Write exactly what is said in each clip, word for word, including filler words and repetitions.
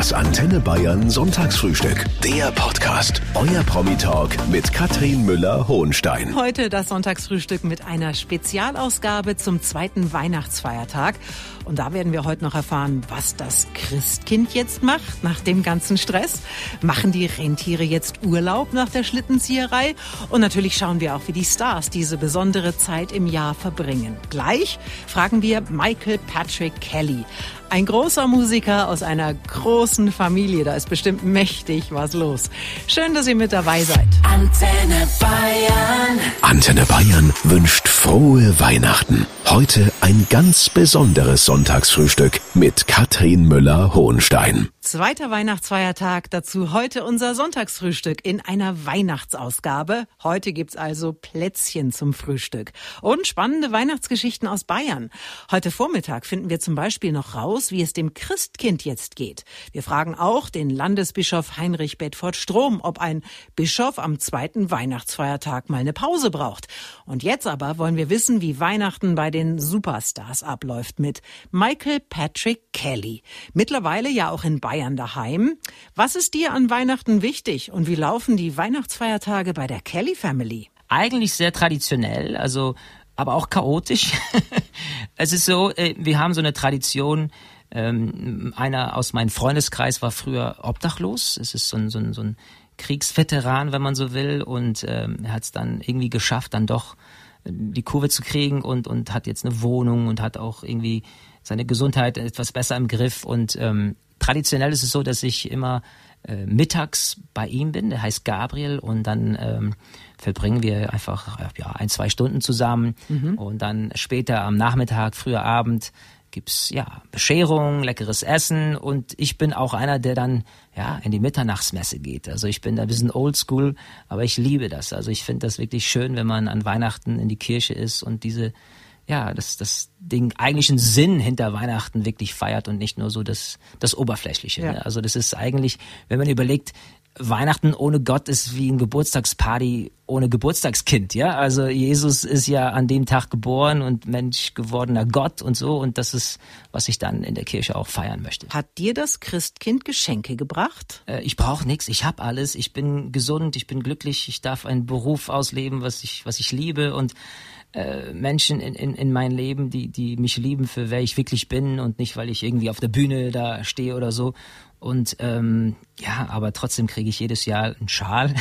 Das Antenne Bayern Sonntagsfrühstück. Der Podcast. Euer Promi-Talk mit Katrin Müller-Hohenstein. Heute das Sonntagsfrühstück mit einer Spezialausgabe zum zweiten Weihnachtsfeiertag. Und da werden wir heute noch erfahren, was das Christkind jetzt macht nach dem ganzen Stress. Machen die Rentiere jetzt Urlaub nach der Schlittenzieherei? Und natürlich schauen wir auch, wie die Stars diese besondere Zeit im Jahr verbringen. Gleich fragen wir Michael Patrick Kelly. Ein großer Musiker aus einer großen Familie. Da ist bestimmt mächtig was los. Schön, dass ihr mit dabei seid. Antenne Bayern. Antenne Bayern wünscht frohe Weihnachten. Heute ein ganz besonderes Sonntagsfrühstück mit Katrin Müller-Hohenstein. Zweiter Weihnachtsfeiertag, dazu heute unser Sonntagsfrühstück in einer Weihnachtsausgabe. Heute gibt's also Plätzchen zum Frühstück und spannende Weihnachtsgeschichten aus Bayern. Heute Vormittag finden wir zum Beispiel noch raus, wie es dem Christkind jetzt geht. Wir fragen auch den Landesbischof Heinrich Bedford-Strom, ob ein Bischof am zweiten Weihnachtsfeiertag mal eine Pause braucht. Und jetzt aber wollen wir wissen, wie Weihnachten bei den Superstars abläuft mit Michael Patrick Kelly. Mittlerweile ja auch in Bayern daheim. Was ist dir an Weihnachten wichtig und wie laufen die Weihnachtsfeiertage bei der Kelly Family? Eigentlich sehr traditionell, also aber auch chaotisch. Es ist so, wir haben so eine Tradition. Ähm, einer aus meinem Freundeskreis war früher obdachlos. Es ist so ein, so ein, so ein Kriegsveteran, wenn man so will, und ähm, er hat es dann irgendwie geschafft, dann doch die Kurve zu kriegen und und hat jetzt eine Wohnung und hat auch irgendwie seine Gesundheit etwas besser im Griff. Und ähm, traditionell ist es so, dass ich immer äh, mittags bei ihm bin. Der heißt Gabriel, und dann ähm, verbringen wir einfach ja ein, zwei Stunden zusammen. Mhm. Und dann später am Nachmittag, früher Abend gibt's ja Bescherung, leckeres Essen, und ich bin auch einer, der dann ja in die Mitternachtsmesse geht. Also ich bin da ein bisschen oldschool, aber ich liebe das. Also ich finde das wirklich schön, wenn man an Weihnachten in die Kirche ist und diese ja, das, das den eigentlichen Sinn hinter Weihnachten wirklich feiert und nicht nur so das, das Oberflächliche. Ja. Ne? Also das ist eigentlich, wenn man überlegt, Weihnachten ohne Gott ist wie ein Geburtstagsparty ohne Geburtstagskind, ja. Also Jesus ist ja an dem Tag geboren und Mensch gewordener Gott und so, und das ist, was ich dann in der Kirche auch feiern möchte. Hat dir das Christkind Geschenke gebracht? Äh, ich brauche nichts, ich habe alles, ich bin gesund, ich bin glücklich, ich darf einen Beruf ausleben, was ich, was ich liebe, und äh, Menschen in, in, in mein Leben, die, die mich lieben für wer ich wirklich bin und nicht, weil ich irgendwie auf der Bühne da stehe oder so. Und ähm, ja, aber trotzdem kriege ich jedes Jahr einen Schal,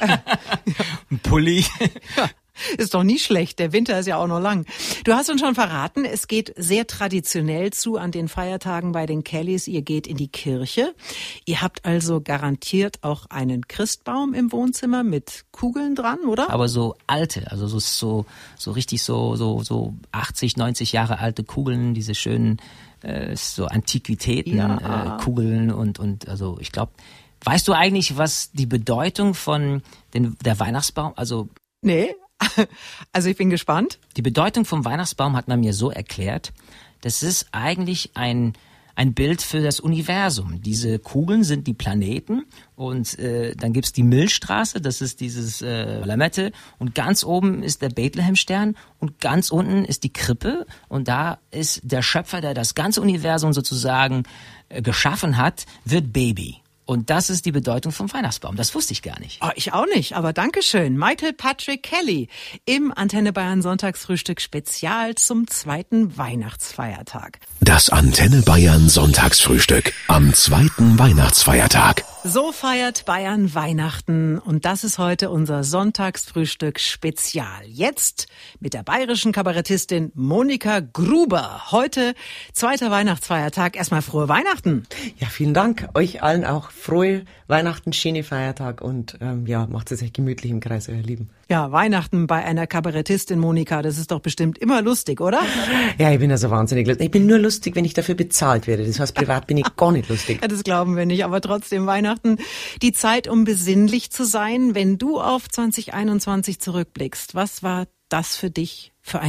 einen Pulli. Ja, ist doch nie schlecht, der Winter ist ja auch noch lang. Du hast uns schon verraten, es geht sehr traditionell zu an den Feiertagen bei den Kellys. Ihr geht in die Kirche. Ihr habt also garantiert auch einen Christbaum im Wohnzimmer mit Kugeln dran, oder? Aber so alte, also so so so richtig so so so achtzig, neunzig Jahre alte Kugeln, diese schönen so Antiquitäten, ja. äh, Kugeln und und also ich glaube, weißt du eigentlich, was die Bedeutung von den, der Weihnachtsbaum, also nee, also ich bin gespannt. Die Bedeutung vom Weihnachtsbaum hat man mir so erklärt, das ist eigentlich ein ein Bild für das Universum. Diese Kugeln sind die Planeten, und äh, dann gibt's die Milchstraße, das ist dieses äh, Lamette, und ganz oben ist der Bethlehemstern und ganz unten ist die Krippe, und da ist der Schöpfer, der das ganze Universum sozusagen äh, geschaffen hat, wird Baby. Und das ist die Bedeutung vom Weihnachtsbaum. Das wusste ich gar nicht. Oh, ich auch nicht, aber Dankeschön. Michael Patrick Kelly im Antenne Bayern Sonntagsfrühstück Spezial zum zweiten Weihnachtsfeiertag. Das Antenne Bayern Sonntagsfrühstück am zweiten Weihnachtsfeiertag. So feiert Bayern Weihnachten, und das ist heute unser Sonntagsfrühstück Spezial. Jetzt mit der bayerischen Kabarettistin Monika Gruber. Heute zweiter Weihnachtsfeiertag. Erstmal frohe Weihnachten. Ja, vielen Dank. Euch allen auch frohe Weihnachten, schöne Feiertag, und ähm, ja, macht es euch gemütlich im Kreis eurer Lieben. Ja, Weihnachten bei einer Kabarettistin, Monika, das ist doch bestimmt immer lustig, oder? Ja, ich bin ja so wahnsinnig lustig. Ich bin nur lustig, wenn ich dafür bezahlt werde. Das heißt, privat bin ich gar nicht lustig. Ja, das glauben wir nicht, aber trotzdem Weihnachten, die Zeit, um besinnlich zu sein. Wenn du auf zwanzig einundzwanzig zurückblickst, was war das für dich für ein Jahr?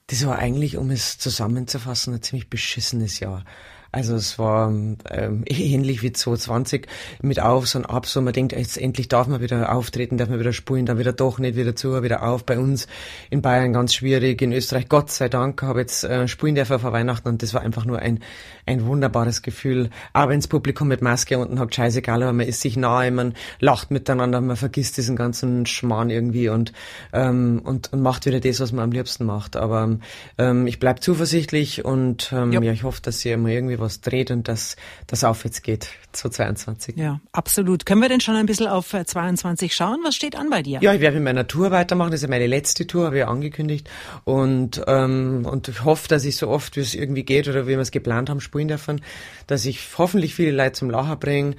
Das war eigentlich, um es zusammenzufassen, ein ziemlich beschissenes Jahr. Also es war ähm, ähnlich wie zwanzig zwanzig mit Aufs und Abs, wo man denkt, jetzt endlich darf man wieder auftreten, darf man wieder spielen, dann wieder doch nicht, wieder zu, wieder auf. Bei uns in Bayern ganz schwierig, in Österreich Gott sei Dank habe jetzt äh, spielen dürfen vor Weihnachten und das war einfach nur ein ein wunderbares Gefühl. Aber ins Publikum mit Maske unten hockt scheißegal, aber man ist sich nahe, man lacht miteinander, man vergisst diesen ganzen Schmarrn irgendwie und ähm, und, und macht wieder das, was man am liebsten macht. Aber ähm, ich bleib zuversichtlich und ähm, ja, ich hoffe, dass sie immer irgendwie was dreht und dass das aufwärts geht zu zweiundzwanzig. Ja, absolut. Können wir denn schon ein bisschen auf zweiundzwanzig schauen? Was steht an bei dir? Ja, ich werde mit meiner Tour weitermachen. Das ist ja meine letzte Tour, habe ich ja angekündigt. Und ähm, und ich hoffe, dass ich so oft, wie es irgendwie geht oder wie wir es geplant haben, spielen dürfen, dass ich hoffentlich viele Leute zum Lachen bringe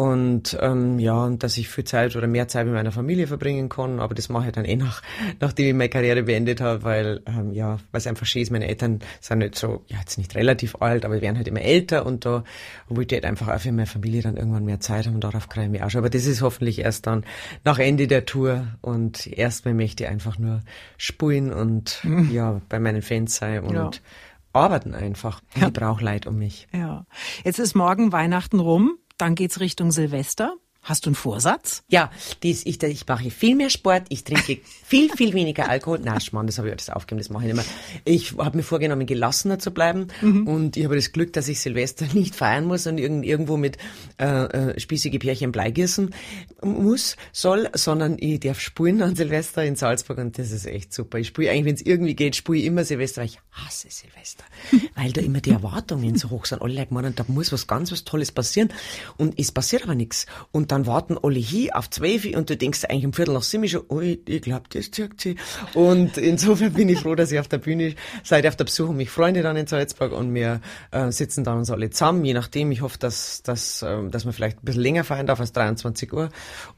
und ähm, ja, und dass ich viel Zeit oder mehr Zeit mit meiner Familie verbringen kann. Aber das mache ich dann eh nach, nachdem ich meine Karriere beendet habe, weil ähm, ja, weil es einfach schön ist. Meine Eltern sind nicht so, ja, jetzt nicht relativ alt, aber werden halt immer älter und da wollte ich halt einfach auch für meine Familie dann irgendwann mehr Zeit haben und darauf kriege ich mich auch schon. Aber das ist hoffentlich erst dann nach Ende der Tour und erstmal möchte ich einfach nur spielen und mhm. ja, bei meinen Fans sein und ja. arbeiten einfach. Ja. Ich brauche Leid um mich. Ja. Jetzt ist morgen Weihnachten rum, dann geht's Richtung Silvester. Hast du einen Vorsatz? Ja, das, ich, ich mache viel mehr Sport, ich trinke viel, viel weniger Alkohol. Nein, Schmarrn, das habe ich alles aufgegeben, das mache ich nicht mehr. Ich habe mir vorgenommen, gelassener zu bleiben mhm. und ich habe das Glück, dass ich Silvester nicht feiern muss und irgend, irgendwo mit äh, äh, spießige Pärchen Blei gießen muss, soll, sondern ich darf spielen an Silvester in Salzburg und das ist echt super. Ich spiele eigentlich, wenn es irgendwie geht, spiele ich immer Silvester, weil ich hasse Silvester, weil da immer die Erwartungen so hoch sind. Alle Leute meinen, da muss was ganz was Tolles passieren und es passiert aber nichts. Und dann Dann warten alle hier auf zwölf und du denkst eigentlich um Viertel nach sieben schon, oh, ich glaube, das zirkt sie. Und insofern bin ich froh, dass ich auf der Bühne seid, auf der Besuch und mich Freunde dann in Salzburg und wir äh, sitzen dann uns alle zusammen, je nachdem. Ich hoffe, dass, dass, äh, dass man vielleicht ein bisschen länger feiern darf als dreiundzwanzig Uhr.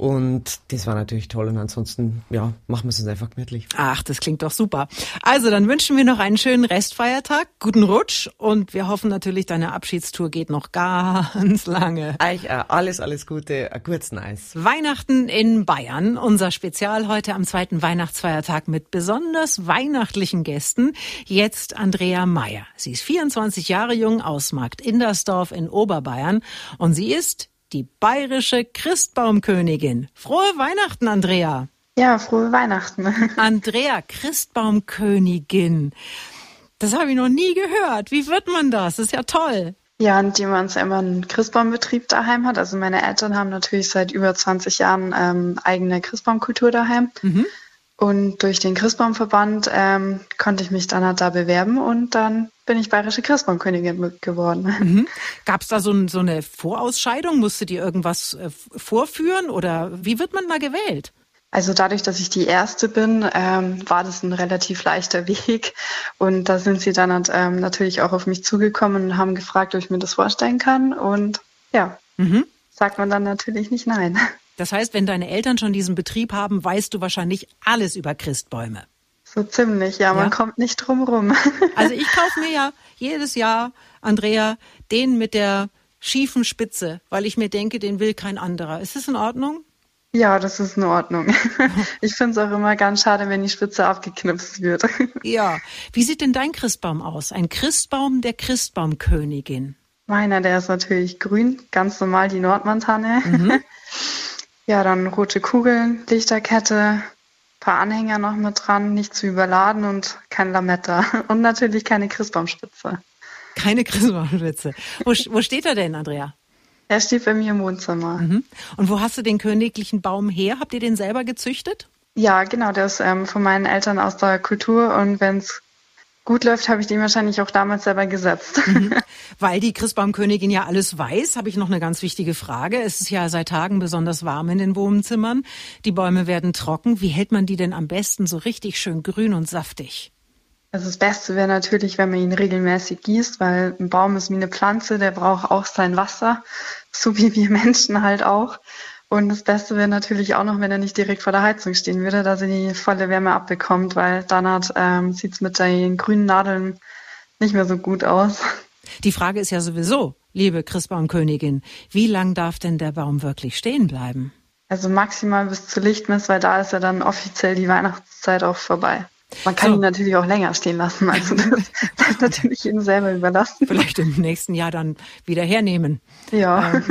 Und das war natürlich toll und ansonsten, ja, machen wir es uns einfach gemütlich. Ach, das klingt doch super. Also, dann wünschen wir noch einen schönen Restfeiertag, guten Rutsch und wir hoffen natürlich, deine Abschiedstour geht noch ganz lange. Euch äh, alles, alles Gute. Kurzen Eis. Weihnachten in Bayern, unser Spezial heute am zweiten Weihnachtsfeiertag mit besonders weihnachtlichen Gästen. Jetzt Andrea Meier. Sie ist vierundzwanzig Jahre jung aus Markt Indersdorf in Oberbayern und sie ist die bayerische Christbaumkönigin. Frohe Weihnachten, Andrea. Ja, frohe Weihnachten. Andrea, Christbaumkönigin. Das habe ich noch nie gehört. Wie wird man das? Das ist ja toll. Ja, indem man immer einen Christbaumbetrieb daheim hat. Also meine Eltern haben natürlich seit über zwanzig Jahren ähm, eigene Christbaumkultur daheim. Mhm. Und durch den Christbaumverband ähm, konnte ich mich dann halt da bewerben und dann bin ich bayerische Christbaumkönigin geworden. Mhm. Gab es da so, ein, so eine Vorausscheidung? Musste die irgendwas äh, vorführen oder wie wird man da gewählt? Also dadurch, dass ich die Erste bin, ähm, war das ein relativ leichter Weg. Und da sind sie dann ähm, natürlich auch auf mich zugekommen und haben gefragt, ob ich mir das vorstellen kann. Und ja, mhm. sagt man dann natürlich nicht nein. Das heißt, wenn deine Eltern schon diesen Betrieb haben, weißt du wahrscheinlich alles über Christbäume. So ziemlich, ja, man ja? kommt nicht drum rum. Also ich kaufe mir ja jedes Jahr, Andrea, den mit der schiefen Spitze, weil ich mir denke, den will kein anderer. Ist das in Ordnung? Ja, das ist in Ordnung. Ich finde es auch immer ganz schade, wenn die Spitze abgeknipst wird. Ja. Wie sieht denn dein Christbaum aus? Ein Christbaum der Christbaumkönigin. Meiner, der ist natürlich grün, ganz normal die Nordmantanne. Mhm. Ja, dann rote Kugeln, Lichterkette, paar Anhänger noch mit dran, nicht zu überladen und kein Lametta. Und natürlich keine Christbaumspitze. Keine Christbaumspitze. Wo, wo steht er denn, Andrea? Er steht bei mir im Wohnzimmer. Mhm. Und wo hast du den königlichen Baum her? Habt ihr den selber gezüchtet? Ja, genau. Der ist ähm, von meinen Eltern aus der Kultur. Und wenn es gut läuft, habe ich den wahrscheinlich auch damals selber gesetzt. Mhm. Weil die Christbaumkönigin ja alles weiß, habe ich noch eine ganz wichtige Frage. Es ist ja seit Tagen besonders warm in den Wohnzimmern. Die Bäume werden trocken. Wie hält man die denn am besten so richtig schön grün und saftig? Also das Beste wäre natürlich, wenn man ihn regelmäßig gießt, weil ein Baum ist wie eine Pflanze, der braucht auch sein Wasser, so wie wir Menschen halt auch. Und das Beste wäre natürlich auch noch, wenn er nicht direkt vor der Heizung stehen würde, dass er die volle Wärme abbekommt, weil dann ähm, sieht es mit den grünen Nadeln nicht mehr so gut aus. Die Frage ist ja sowieso, liebe Christbaumkönigin, wie lang darf denn der Baum wirklich stehen bleiben? Also maximal bis zur Lichtmess, weil da ist ja dann offiziell die Weihnachtszeit auch vorbei. Man kann So. ihn natürlich auch länger stehen lassen. Also das bleibt natürlich jedem selber überlassen. Vielleicht im nächsten Jahr dann wieder hernehmen. Ja.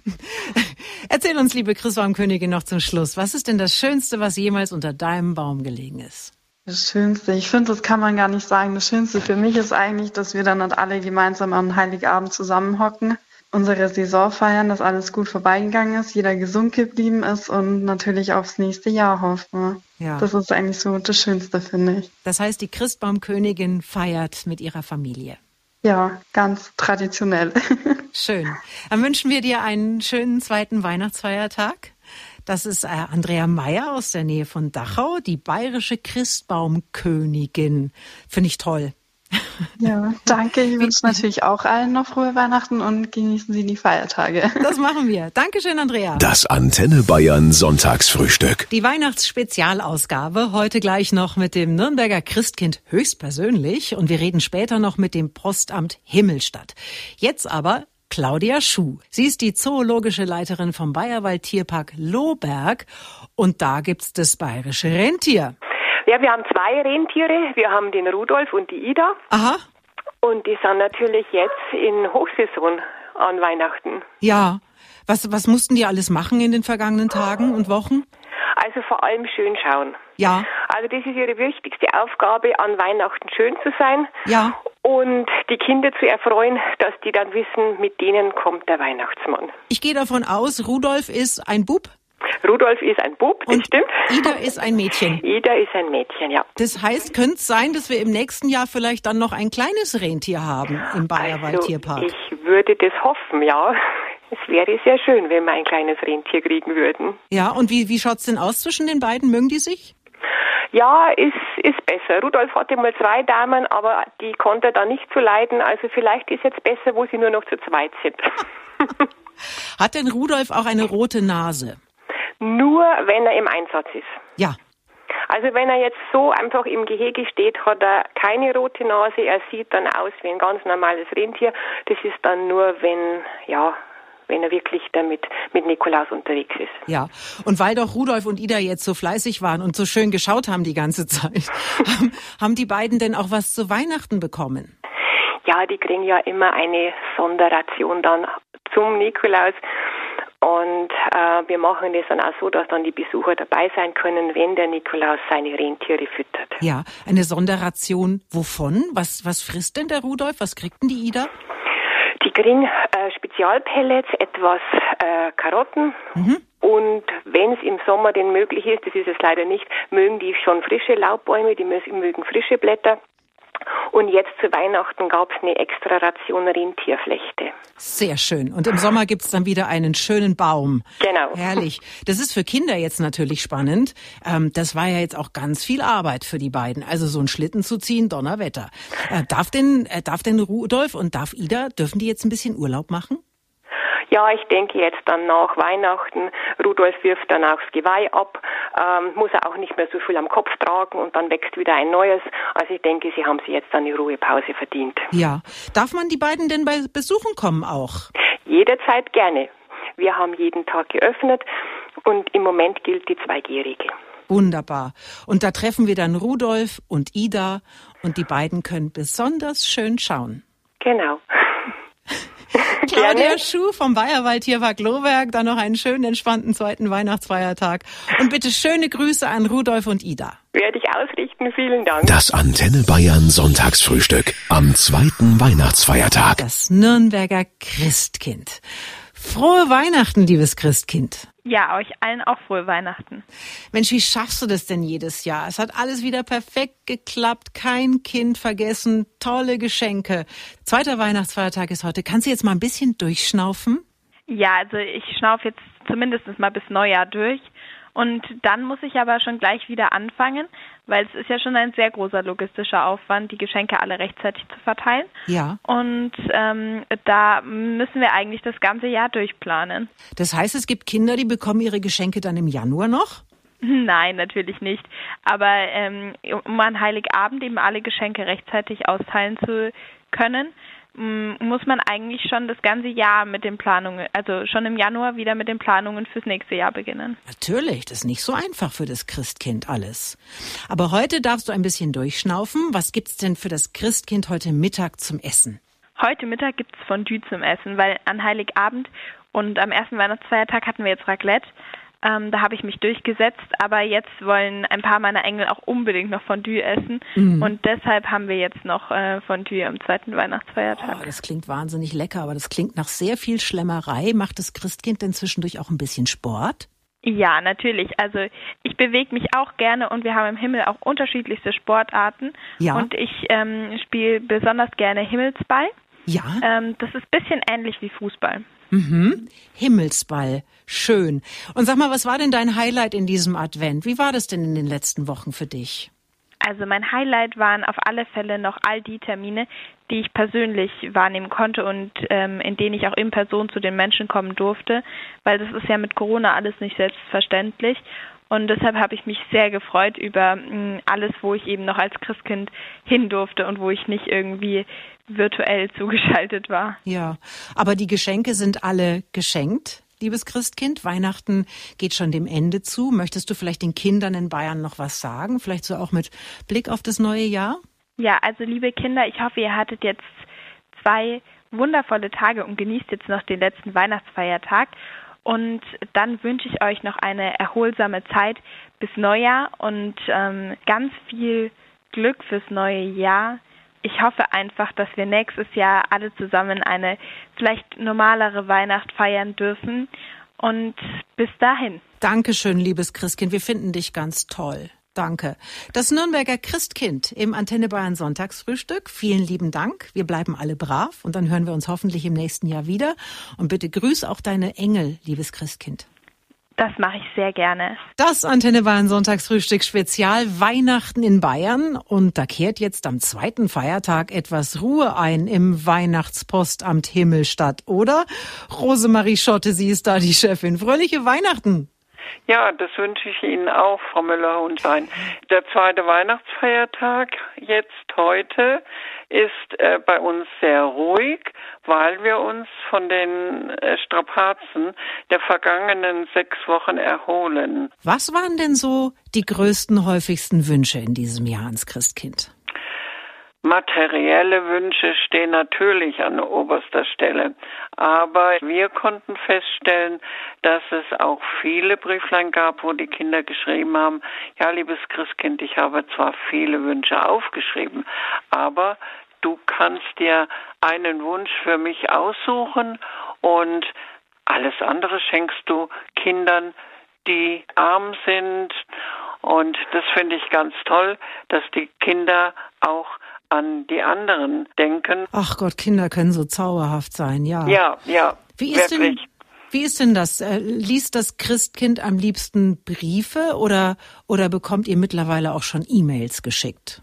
Erzähl uns, liebe Christbaumkönigin, noch zum Schluss. Was ist denn das Schönste, was jemals unter deinem Baum gelegen ist? Das Schönste, ich finde, das kann man gar nicht sagen. Das Schönste für mich ist eigentlich, dass wir dann halt alle gemeinsam am Heiligabend zusammenhocken, unsere Saison feiern, dass alles gut vorbeigegangen ist, jeder gesund geblieben ist und natürlich aufs nächste Jahr hoffen. Ja. Das ist eigentlich so das Schönste, finde ich. Das heißt, die Christbaumkönigin feiert mit ihrer Familie. Ja, ganz traditionell. Schön. Dann wünschen wir dir einen schönen zweiten Weihnachtsfeiertag. Das ist äh, Andrea Meyer aus der Nähe von Dachau, die bayerische Christbaumkönigin. Finde ich toll. Ja, danke. Ich wünsche natürlich auch allen noch frohe Weihnachten und genießen Sie die Feiertage. Das machen wir. Dankeschön, Andrea. Das Antenne Bayern Sonntagsfrühstück. Die Weihnachtsspezialausgabe heute gleich noch mit dem Nürnberger Christkind höchstpersönlich und wir reden später noch mit dem Postamt Himmelstadt. Jetzt aber Claudia Schuh. Sie ist die zoologische Leiterin vom Bayerwald Tierpark Lohberg und da gibt's das bayerische Rentier. Ja, wir haben zwei Rentiere. Wir haben den Rudolf und die Ida. Aha. Und die sind natürlich jetzt in Hochsaison an Weihnachten. Ja. Was, was mussten die alles machen in den vergangenen Tagen und Wochen? Also vor allem schön schauen. Ja. Also das ist ihre wichtigste Aufgabe, an Weihnachten schön zu sein. Ja. Und die Kinder zu erfreuen, dass die dann wissen, mit denen kommt der Weihnachtsmann. Ich gehe davon aus, Rudolf ist ein Bub. Rudolf ist ein Bub, das Und stimmt. Ida ist ein Mädchen. Ida ist ein Mädchen, ja. Das heißt, könnte es sein, dass wir im nächsten Jahr vielleicht dann noch ein kleines Rentier haben im Bayerwald Tierpark? Also ich würde das hoffen, ja. Es wäre sehr schön, wenn wir ein kleines Rentier kriegen würden. Ja, und wie, wie schaut's denn aus zwischen den beiden? Mögen die sich? Ja, ist, ist besser. Rudolf hatte mal zwei Damen, aber die konnte er da nicht so leiden. Also vielleicht ist jetzt besser, wo sie nur noch zu zweit sind. Hat denn Rudolf auch eine rote Nase? Nur wenn er im Einsatz ist. Ja. Also wenn er jetzt so einfach im Gehege steht, hat er keine rote Nase. Er sieht dann aus wie ein ganz normales Rentier. Das ist dann nur, wenn, ja, wenn er wirklich damit mit Nikolaus unterwegs ist. Ja, und weil doch Rudolf und Ida jetzt so fleißig waren und so schön geschaut haben die ganze Zeit, haben, haben die beiden denn auch was zu Weihnachten bekommen? Ja, die kriegen ja immer eine Sonderration dann zum Nikolaus. Und äh, wir machen das dann auch so, dass dann die Besucher dabei sein können, wenn der Nikolaus seine Rentiere füttert. Ja, eine Sonderration wovon? Was, was frisst denn der Rudolf? Was kriegt denn die Ida? Die kriegen äh, Spezialpellets, etwas äh, Karotten mhm. und wenn es im Sommer denn möglich ist, das ist es leider nicht, mögen die schon frische Laubbäume, die mögen frische Blätter. Und jetzt zu Weihnachten gab es eine extra Ration Rentierflechte. Sehr schön. Und im Sommer gibt's dann wieder einen schönen Baum. Genau. Herrlich. Das ist für Kinder jetzt natürlich spannend. Ähm, das war ja jetzt auch ganz viel Arbeit für die beiden. Also so einen Schlitten zu ziehen, Donnerwetter. Äh, darf denn, äh, darf denn Rudolf und darf Ida, dürfen die jetzt ein bisschen Urlaub machen? Ja, ich denke jetzt dann nach Weihnachten, Rudolf wirft dann auch das Geweih ab, ähm, muss er auch nicht mehr so viel am Kopf tragen und dann wächst wieder ein neues. Also ich denke, sie haben sich jetzt dann eine Ruhepause verdient. Ja. Darf man die beiden denn bei Besuchen kommen auch? Jederzeit gerne. Wir haben jeden Tag geöffnet und im Moment gilt die Zwei-G-Regel. Wunderbar. Und da treffen wir dann Rudolf und Ida und die beiden können besonders schön schauen. Genau. Claudia Schuh vom Bayerwald Tierpark Lohberg, dann noch einen schönen, entspannten zweiten Weihnachtsfeiertag. Und bitte schöne Grüße an Rudolf und Ida. Werde ich ausrichten, vielen Dank. Das Antenne Bayern Sonntagsfrühstück am zweiten Weihnachtsfeiertag. Das Nürnberger Christkind. Frohe Weihnachten, liebes Christkind. Ja, euch allen auch frohe Weihnachten. Mensch, wie schaffst du das denn jedes Jahr? Es hat alles wieder perfekt geklappt, kein Kind vergessen, tolle Geschenke. Zweiter Weihnachtsfeiertag ist heute. Kannst du jetzt mal ein bisschen durchschnaufen? Ja, also ich schnaufe jetzt zumindest mal bis Neujahr durch. Und dann muss ich aber schon gleich wieder anfangen, weil es ist ja schon ein sehr großer logistischer Aufwand, die Geschenke alle rechtzeitig zu verteilen. Ja. Und ähm, da müssen wir eigentlich das ganze Jahr durchplanen. Das heißt, es gibt Kinder, die bekommen ihre Geschenke dann im Januar noch? Nein, natürlich nicht. Aber ähm, um an Heiligabend eben alle Geschenke rechtzeitig austeilen zu können, muss man eigentlich schon das ganze Jahr mit den Planungen, also schon im Januar wieder mit den Planungen fürs nächste Jahr beginnen. Natürlich, das ist nicht so einfach für das Christkind alles. Aber heute darfst du ein bisschen durchschnaufen. Was gibt's denn für das Christkind heute Mittag zum Essen? Heute Mittag gibt's Fondue zum Essen, weil an Heiligabend und am ersten Weihnachtsfeiertag hatten wir jetzt Raclette. Ähm, da habe ich mich durchgesetzt, aber jetzt wollen ein paar meiner Engel auch unbedingt noch Fondue essen mhm. und deshalb haben wir jetzt noch äh, Fondue am zweiten Weihnachtsfeiertag. Oh, das klingt wahnsinnig lecker, aber das klingt nach sehr viel Schlemmerei. Macht das Christkind denn zwischendurch auch ein bisschen Sport? Ja, natürlich. Also ich bewege mich auch gerne und wir haben im Himmel auch unterschiedlichste Sportarten ja. und ich ähm, spiele besonders gerne Himmelsball. Ja. Ähm, das ist ein bisschen ähnlich wie Fußball. Mhm. Himmelsball. Schön. Und sag mal, was war denn dein Highlight in diesem Advent? Wie war das denn in den letzten Wochen für dich? Also mein Highlight waren auf alle Fälle noch all die Termine, die ich persönlich wahrnehmen konnte und ähm, in denen ich auch in Person zu den Menschen kommen durfte, weil das ist ja mit Corona alles nicht selbstverständlich. Und deshalb habe ich mich sehr gefreut über mh, alles, wo ich eben noch als Christkind hin durfte und wo ich nicht irgendwie virtuell zugeschaltet war. Ja, aber die Geschenke sind alle geschenkt, liebes Christkind. Weihnachten geht schon dem Ende zu. Möchtest du vielleicht den Kindern in Bayern noch was sagen? Vielleicht so auch mit Blick auf das neue Jahr? Ja, also liebe Kinder, ich hoffe, ihr hattet jetzt zwei wundervolle Tage und genießt jetzt noch den letzten Weihnachtsfeiertag. Und dann wünsche ich euch noch eine erholsame Zeit bis Neujahr und ähm, ganz viel Glück fürs neue Jahr. Ich hoffe einfach, dass wir nächstes Jahr alle zusammen eine vielleicht normalere Weihnacht feiern dürfen. Und bis dahin. Dankeschön, liebes Christkind. Wir finden dich ganz toll. Danke. Das Nürnberger Christkind im Antenne Bayern Sonntagsfrühstück. Vielen lieben Dank. Wir bleiben alle brav und dann hören wir uns hoffentlich im nächsten Jahr wieder. Und bitte grüß auch deine Engel, liebes Christkind. Das mache ich sehr gerne. Das Antenne Bayern Sonntagsfrühstück Spezial Weihnachten in Bayern. Und da kehrt jetzt am zweiten Feiertag etwas Ruhe ein im Weihnachtspostamt Himmelstadt, oder? Rosemarie Schotte, sie ist da die Chefin. Fröhliche Weihnachten. Ja, das wünsche ich Ihnen auch, Frau Müller-Hohenstein. Der zweite Weihnachtsfeiertag jetzt heute ist äh, bei uns sehr ruhig, weil wir uns von den äh, Strapazen der vergangenen sechs Wochen erholen. Was waren denn so die größten, häufigsten Wünsche in diesem Jahr ans Christkind? Materielle Wünsche stehen natürlich an oberster Stelle, aber wir konnten feststellen, dass es auch viele Brieflein gab, wo die Kinder geschrieben haben, ja, liebes Christkind, ich habe zwar viele Wünsche aufgeschrieben, aber du kannst dir einen Wunsch für mich aussuchen und alles andere schenkst du Kindern, die arm sind. Und das finde ich ganz toll, dass die Kinder auch an die anderen denken. Ach Gott, Kinder können so zauberhaft sein, ja. Ja, ja, wie ist wirklich. Denn, wie ist denn das? Äh, liest das Christkind am liebsten Briefe oder, oder bekommt ihr mittlerweile auch schon E-Mails geschickt?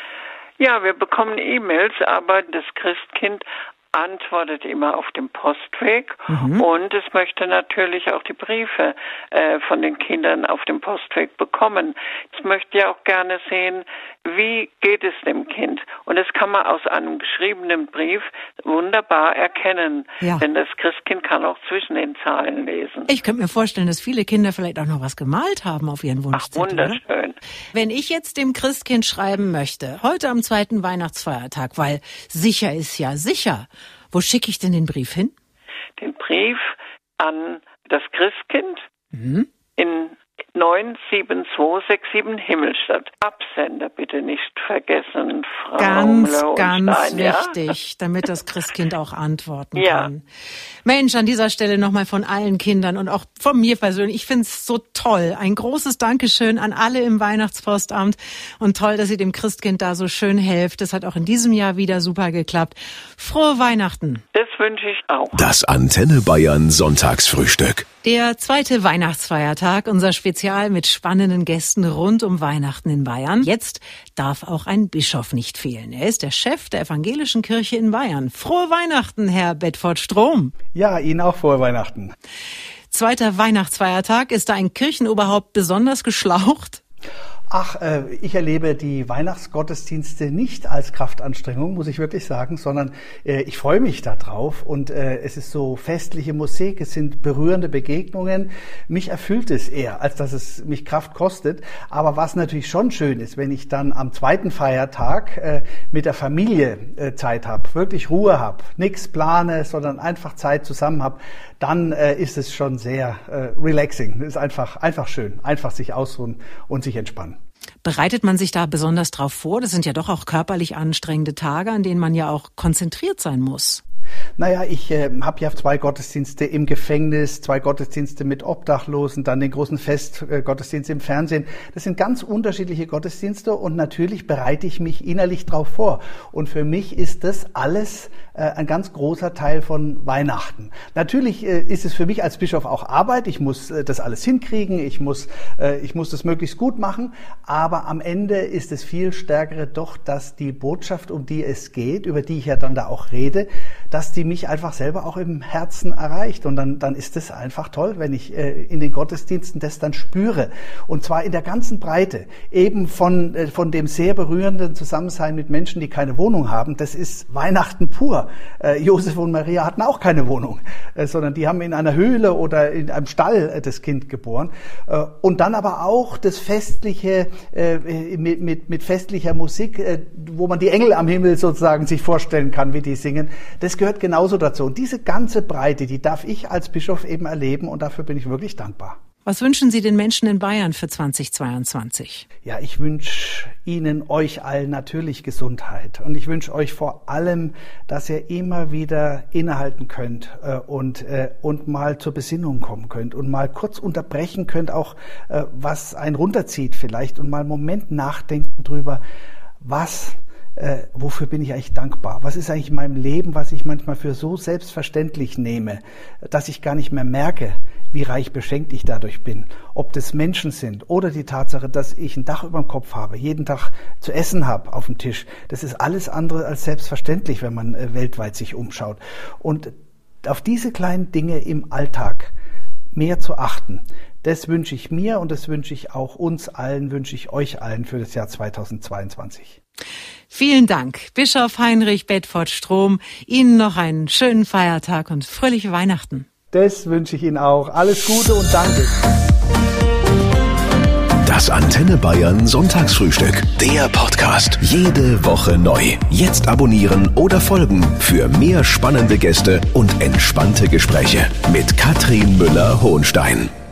Ja, wir bekommen E-Mails, aber das Christkind antwortet immer auf dem Postweg mhm. und es möchte natürlich auch die Briefe äh, von den Kindern auf dem Postweg bekommen. Es möchte ja auch gerne sehen, wie geht es dem Kind. Und das kann man aus einem geschriebenen Brief wunderbar erkennen, ja. Denn das Christkind kann auch zwischen den Zahlen lesen. Ich könnte mir vorstellen, dass viele Kinder vielleicht auch noch was gemalt haben auf ihren Wunschzettel. Ach, wunderschön. Oder? Wenn ich jetzt dem Christkind schreiben möchte, heute am zweiten Weihnachtsfeiertag, weil sicher ist ja sicher, wo schicke ich denn den Brief hin? Den Brief an das Christkind mhm. in neun sieben zwei sechs sieben Himmelstadt. Absender bitte nicht vergessen, Frau Ganz, ganz ja? wichtig, damit das Christkind auch antworten ja. kann. Mensch, an dieser Stelle nochmal von allen Kindern und auch von mir persönlich. Ich finde es so toll. Ein großes Dankeschön an alle im Weihnachtspostamt und toll, dass ihr dem Christkind da so schön helft. Das hat auch in diesem Jahr wieder super geklappt. Frohe Weihnachten. Das wünsche ich auch. Das Antenne Bayern Sonntagsfrühstück. Der zweite Weihnachtsfeiertag, unser Spezial mit spannenden Gästen rund um Weihnachten in Bayern. Jetzt darf auch ein Bischof nicht fehlen. Er ist der Chef der Evangelischen Kirche in Bayern. Frohe Weihnachten, Herr Bedford-Strom. Ja, Ihnen auch frohe Weihnachten. Zweiter Weihnachtsfeiertag. Ist da ein Kirchenoberhaupt besonders geschlaucht? Ach, äh, ich erlebe die Weihnachtsgottesdienste nicht als Kraftanstrengung, muss ich wirklich sagen, sondern äh, ich freue mich da drauf und äh, es ist so festliche Musik, es sind berührende Begegnungen. Mich erfüllt es eher, als dass es mich Kraft kostet. Aber was natürlich schon schön ist, wenn ich dann am zweiten Feiertag äh, mit der Familie äh, Zeit habe, wirklich Ruhe habe, nichts plane, sondern einfach Zeit zusammen habe, dann äh, ist es schon sehr äh, relaxing. Es ist einfach, einfach schön, einfach sich ausruhen und sich entspannen. Bereitet man sich da besonders drauf vor? Das sind ja doch auch körperlich anstrengende Tage, an denen man ja auch konzentriert sein muss. Naja, ich äh, habe ja zwei Gottesdienste im Gefängnis, zwei Gottesdienste mit Obdachlosen, dann den großen Festgottesdienst im Fernsehen. Das sind ganz unterschiedliche Gottesdienste und natürlich bereite ich mich innerlich drauf vor. Und für mich ist das alles äh, ein ganz großer Teil von Weihnachten. Natürlich äh, ist es für mich als Bischof auch Arbeit. Ich muss äh, das alles hinkriegen, ich muss, äh, ich muss das möglichst gut machen. Aber am Ende ist es viel stärkere doch, dass die Botschaft, um die es geht, über die ich ja dann da auch rede, dass die mich einfach selber auch im Herzen erreicht. Und dann, dann ist es einfach toll, wenn ich äh, in den Gottesdiensten das dann spüre. Und zwar in der ganzen Breite. Eben von, äh, von dem sehr berührenden Zusammensein mit Menschen, die keine Wohnung haben. Das ist Weihnachten pur. Äh, Josef und Maria hatten auch keine Wohnung, äh, sondern die haben in einer Höhle oder in einem Stall äh, das Kind geboren. Äh, und dann aber auch das Festliche, äh, mit, mit, mit festlicher Musik, äh, wo man die Engel am Himmel sozusagen sich vorstellen kann, wie die singen. Das gehört genauso dazu. Und diese ganze Breite, die darf ich als Bischof eben erleben und dafür bin ich wirklich dankbar. Was wünschen Sie den Menschen in Bayern für zweitausendzweiundzwanzig? Ja, ich wünsche Ihnen, euch allen natürlich Gesundheit. Und ich wünsche euch vor allem, dass ihr immer wieder innehalten könnt äh, und, äh, und mal zur Besinnung kommen könnt und mal kurz unterbrechen könnt, auch äh, was einen runterzieht vielleicht und mal einen Moment nachdenken drüber, was Äh, wofür bin ich eigentlich dankbar? Was ist eigentlich in meinem Leben, was ich manchmal für so selbstverständlich nehme, dass ich gar nicht mehr merke, wie reich beschenkt ich dadurch bin? Ob das Menschen sind oder die Tatsache, dass ich ein Dach über dem Kopf habe, jeden Tag zu essen habe auf dem Tisch. Das ist alles andere als selbstverständlich, wenn man äh, weltweit sich umschaut. Und auf diese kleinen Dinge im Alltag mehr zu achten, das wünsche ich mir und das wünsche ich auch uns allen, wünsche ich euch allen für das Jahr zweitausendzweiundzwanzig. Vielen Dank, Bischof Heinrich Bedford-Strom. Ihnen noch einen schönen Feiertag und fröhliche Weihnachten. Das wünsche ich Ihnen auch. Alles Gute und danke. Das Antenne Bayern Sonntagsfrühstück. Der Podcast. Jede Woche neu. Jetzt abonnieren oder folgen für mehr spannende Gäste und entspannte Gespräche mit Katrin Müller-Hohenstein.